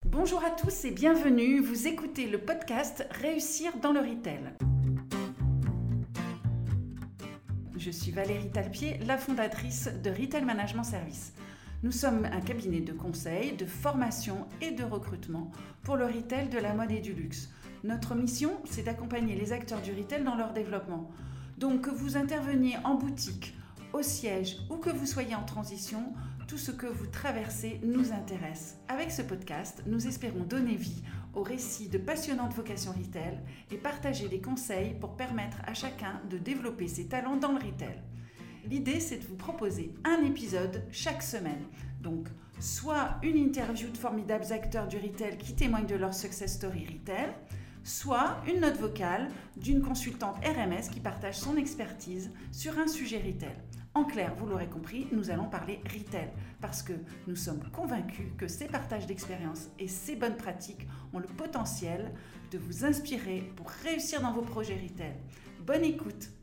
Bonjour à tous et bienvenue, vous écoutez le podcast Réussir dans le Retail. Je suis Valérie Talpier, la fondatrice de Retail Management Service. Nous sommes un cabinet de conseil, de formation et de recrutement pour le retail de la mode et du luxe. Notre mission, c'est d'accompagner les acteurs du retail dans leur développement. Donc que vous interveniez en boutique, au siège ou que vous soyez en transition, tout ce que vous traversez nous intéresse. Avec ce podcast, nous espérons donner vie aux récits de passionnantes vocations retail et partager des conseils pour permettre à chacun de développer ses talents dans le retail. L'idée, c'est de vous proposer un épisode chaque semaine. Donc, soit une interview de formidables acteurs du retail qui témoignent de leur success story retail, soit une note vocale d'une consultante RMS qui partage son expertise sur un sujet retail. En clair, vous l'aurez compris, nous allons parler retail parce que nous sommes convaincus que ces partages d'expériences et ces bonnes pratiques ont le potentiel de vous inspirer pour réussir dans vos projets retail. Bonne écoute!